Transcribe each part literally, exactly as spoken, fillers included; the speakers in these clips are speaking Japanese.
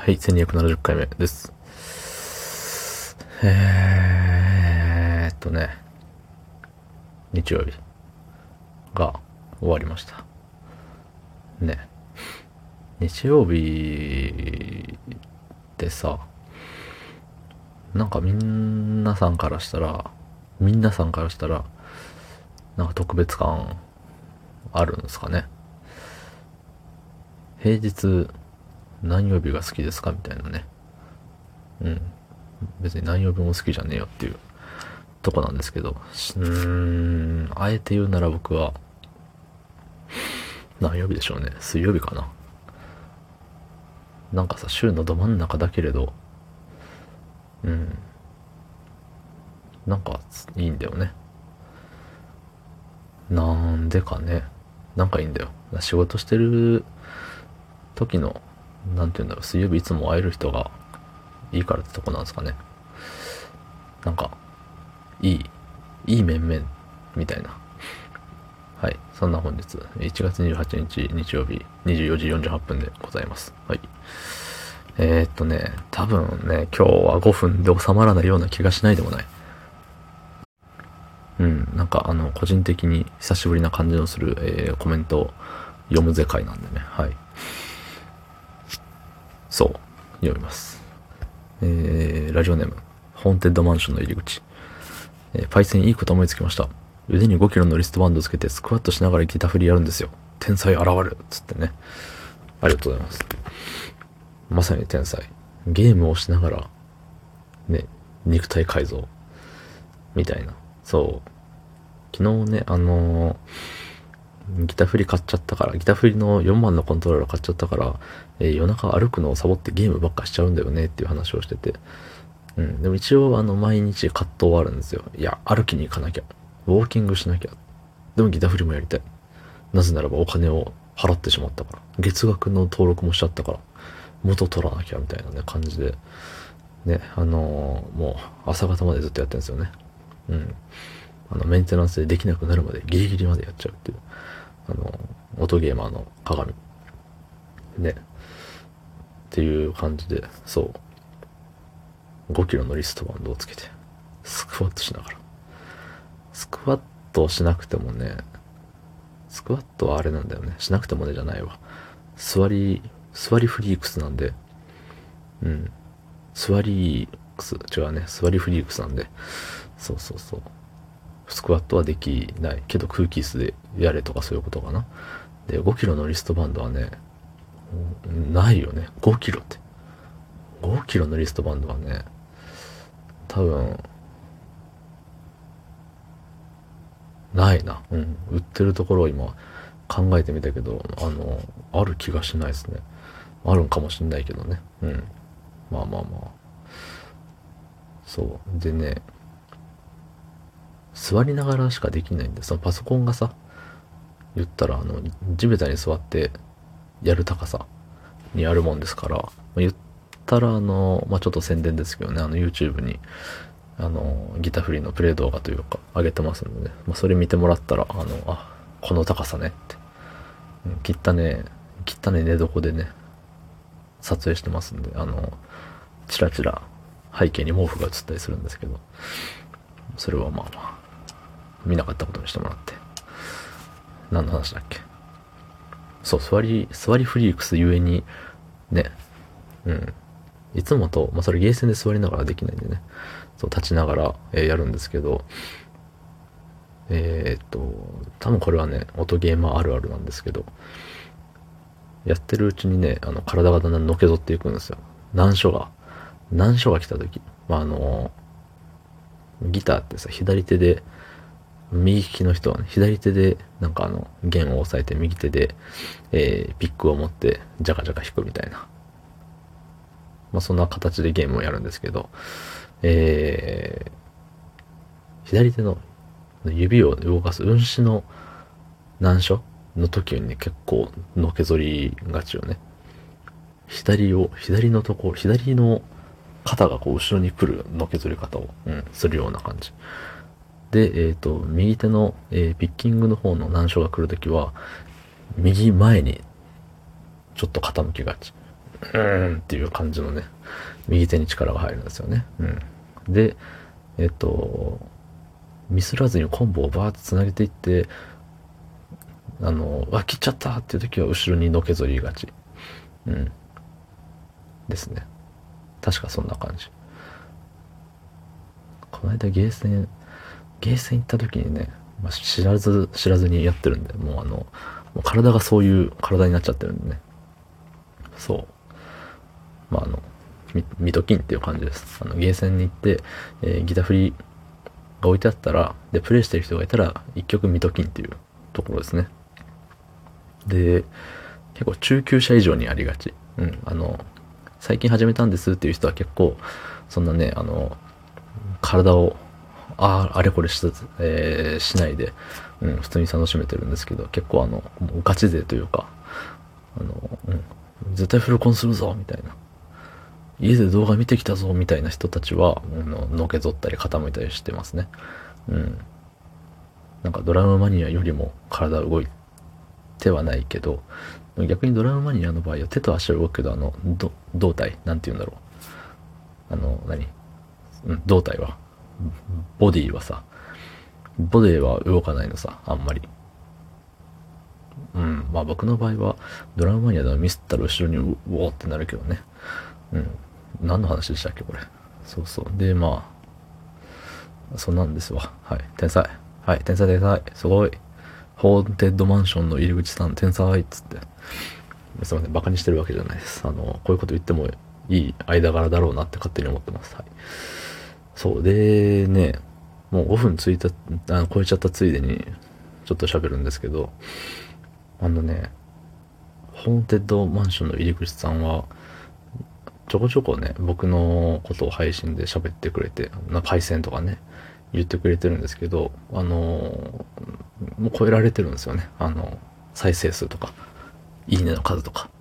はい、せんにひゃくななじゅっかいめです。えーっとね、日曜日が終わりました。ね。日曜日ってさ、なんかみんなさんからしたら、みんなさんからしたら、なんか特別感あるんですかね。平日何曜日が好きですかみたいなね。うん。別に何曜日も好きじゃねえよっていうとこなんですけど、うーん、あえて言うなら僕は、何曜日でしょうね。水曜日かな。なんかさ、週のど真ん中だけれど、うん、なんかいいんだよね。なんでかね。なんかいいんだよ。仕事してる時の、なんて言うんだろう、水曜日いつも会える人がいいからってとこなんですかね。なんか、いい、いい面々、みたいな。はい。そんな本日、いちがつにじゅうはちにち日曜日にじゅうよじよんじゅうはっぷんでございます。はい。えー、っとね、多分ね、今日はごふんで収まらないような気がしないでもない。うん、なんかあの、個人的に久しぶりな感じのする、えー、コメントを読むぜ会なんでね、はい。そう、読みます。えー、ラジオネーム、ホーンテッドマンションの入り口。えー、パイセンいいこと思いつきました。腕にごキロのリストバンドをつけてスクワットしながらギター振りやるんですよ。天才現るつってね。ありがとうございます。まさに天才。ゲームをしながら、ね、肉体改造。みたいな。そう。昨日ね、あのーギター振り買っちゃったから、ギター振りのよんまんのコントローラー買っちゃったから、えー夜中歩くのをサボってゲームばっかしちゃうんだよねっていう話をしてて。うん。でも一応、あの、毎日葛藤はあるんですよ。いや、歩きに行かなきゃ。ウォーキングしなきゃ。でもギター振りもやりたい。なぜならばお金を払ってしまったから。月額の登録もしちゃったから。元取らなきゃみたいなね、感じで。ね、あのーもう朝方までずっとやってるんですよね。うん。あの、メンテナンスでできなくなるまでギリギリまでやっちゃうっていう。あの、音ゲーマーの鏡。ね。っていう感じで、そう。ごキロのリストバンドをつけて、スクワットしながら。スクワットをしなくてもね、スクワットはあれなんだよね。しなくてもねじゃないわ。座り、座りフリークスなんで、うん。座りークス、違うね。座りフリークスなんで、そうそうそう。スクワットはできないけど空気椅子でやれとかそういうことかな。で、ごキロのリストバンドはね、ないよね。ごキロって。ごキロのリストバンドはね、多分、ないな。うん。売ってるところを今考えてみたけど、あの、ある気がしないですね。あるんかもしんないけどね。うん。まあまあまあ。そう。でね、座りながらしかできないんで、そのパソコンがさ、言ったら、あの、地べたに座ってやる高さにあるもんですから、まあ、言ったら、あの、まあ、ちょっと宣伝ですけどね、あの、YouTube に、あの、ギターフリーのプレイ動画というか、上げてますので、まあ、それ見てもらったら、あの、あ、この高さねって、うん、切ったね、切ったね寝床でね、撮影してますんで、あの、チラチラ背景に毛布が映ったりするんですけど、それはまあまあ、見なかったことにしてもらって。何の話だっけ。そう、座り、座りフリークスゆえに、ね、うん。いつもと、まあ、それゲーセンで座りながらできないんでね、そう、立ちながら、えーやるんですけど、えー、っと、多分これはね、音ゲーマーあるあるなんですけど、やってるうちにね、あの、体がだんだんのけぞっていくんですよ。難所が、難所が来た時、まあ、あの、ギターってさ、左手で、右利きの人はね、左手で、なんかあの、弦を押さえて、右手で、えー、ピックを持って、ジャカジャカ弾くみたいな。まあ、そんな形でゲームをやるんですけど、えー、左手の指を動かす運指の難所の時にね、結構のけぞりがちよね。左を、左のところ、左の肩がこう後ろに来るのけぞり方を、うん、するような感じ。で、えっ、と、右手の、えーピッキングの方の難所が来るときは、右前にちょっと傾きがち。 うーんっていう感じのね、右手に力が入るんですよね。うん。で、えっと、ミスらずにコンボをバーって繋げていって、あの、あ、切っちゃったっていう時は後ろにのけぞりがち。うん。ですね。確かそんな感じ。この間ゲーセン、ゲーセン行った時にね、まあ、知らず、知らずにやってるんで、もうあの、もう体がそういう体になっちゃってるんでね。そう。まああの、ミミトキンっていう感じです。あの、ゲーセンに行って、えーギターフリが置いてあったら、で、プレイしてる人がいたら、一曲ミトキンっていうところですね。で、結構中級者以上にありがち。うん、あの、最近始めたんですっていう人は結構、そんなね、あの、体を、ああ、あれこれし,、えー、しないで、うん、普通に楽しめてるんですけど、結構あの、ガチ勢というか、あの、うん、絶対フルコンするぞ、みたいな。家で動画見てきたぞ、みたいな人たちは、ののけぞったり傾いたりしてますね。うん。なんかドラムマニアよりも体動いてはないけど、逆にドラムマニアの場合は手と足は動くけど、あの、胴体、なんて言うんだろう。あの、何うん、胴体は。ボディはさ、ボディは動かないのさ、あんまり。うん、まあ僕の場合は、ドラムマニアではミスったら後ろにうおーってなるけどね。うん。何の話でしたっけ、これ。そうそう。で、まあ、そんなんですわ。はい。天才。はい。天才天才。すごい。ホーンテッドマンションの入り口さん、天才っつって。すいません。バカにしてるわけじゃないです。あの、こういうこと言ってもいい間柄だろうなって勝手に思ってます。はい。そう。で、ね、もうごふんついた、あの、超えちゃったついでに、ちょっと喋るんですけど、あのね、ホーンテッドマンションの入り口さんは、ちょこちょこね、僕のことを配信で喋ってくれて、なパイセンとかね、言ってくれてるんですけど、あのー、もう超えられてるんですよね。あの、再生数とか、いいねの数とか。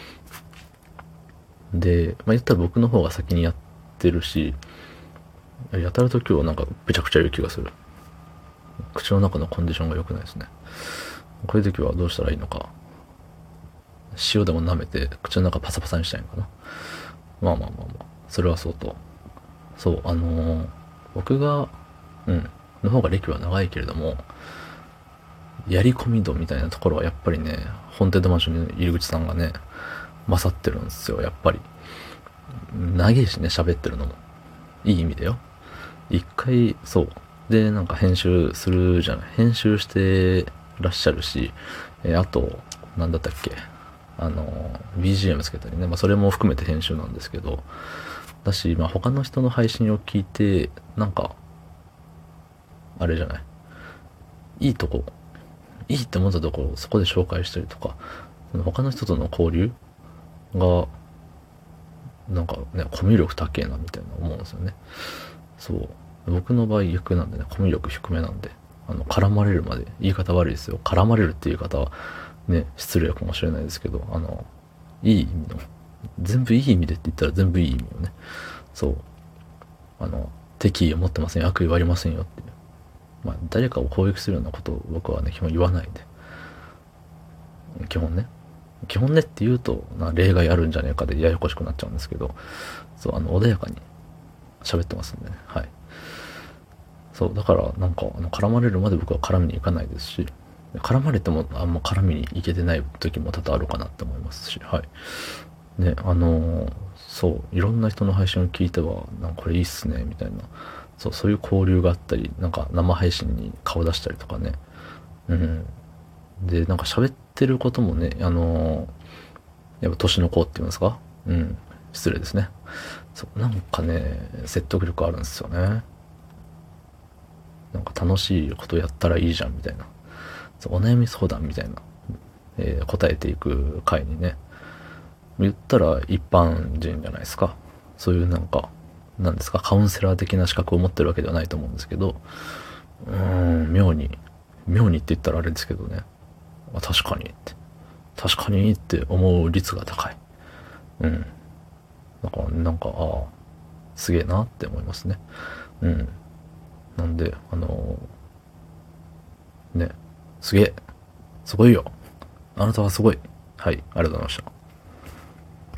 で、まあ、言ったら僕の方が先にやってるし、やたらと今日はなんかめちゃくちゃ言う気がする。口の中のコンディションが良くないですね。こういう時はどうしたらいいのか。塩でも舐めて口の中パサパサにしたいのかな。まあまあまあまあ。それはそうと。そう、あのー、僕が、うん、の方が歴は長いけれども、やり込み度みたいなところはやっぱりね、ホーンテッドマンションの入り口さんがね、勝ってるんですよ、やっぱり。長いしね、喋ってるのも。いい意味だよ。一回、そう。で、なんか編集するじゃない。編集してらっしゃるし、えーあと、なんだったっけ。あの、ビージーエム つけたりね。まあ、それも含めて編集なんですけど、だし、まあ、他の人の配信を聞いて、なんか、あれじゃない。いいとこ、いいって思ったところをそこで紹介したりとか、他の人との交流が、なんかね、コミュ力高えなみたいな思うんですよね。そう。僕の場合逆なんでね、コミュ力低めなんで、あの、絡まれるまで、言い方悪いですよ。絡まれるっていう言い方は、ね、失礼かもしれないですけど、あの、いい意味の、全部いい意味でって言ったら全部いい意味をね、そう、あの、敵意を持ってませんよ、悪意はありませんよっていう。まあ、誰かを攻撃するようなことを僕はね、基本言わないんで。基本ね。基本ねって言うと、な例外あるんじゃねえかでややこしくなっちゃうんですけど、そう、あの、穏やかに喋ってますんでね。はい。そう、だから、なんか、あの、絡まれるまで僕は絡みに行かないですし、絡まれてもあんま絡みに行けてない時も多々あるかなって思いますし、はい。ね、あのーそう、いろんな人の配信を聞いては、なんかこれいいっすね、みたいな。そう、そういう交流があったり、なんか生配信に顔出したりとかね。うん。で、なんか喋ってることもね、あのーやっぱ年の子って言うんですか。うん。失礼ですね。そう、なんかね、説得力あるんですよね。なんか楽しいことやったらいいじゃんみたいな。そうお悩み相談みたいな、えー答えていく回にね、言ったら一般人じゃないですか。そういうなんか、なんですか、カウンセラー的な資格を持ってるわけではないと思うんですけど、うーん、妙に、妙にって言ったらあれですけどね、あ確かにって、確かにって思う率が高い。うん。だから、なんか、ああ、すげえなって思いますね。うん。なんで、あのーね、すげえ、すごいよ。あなたはすごい。はい、ありがとうございました。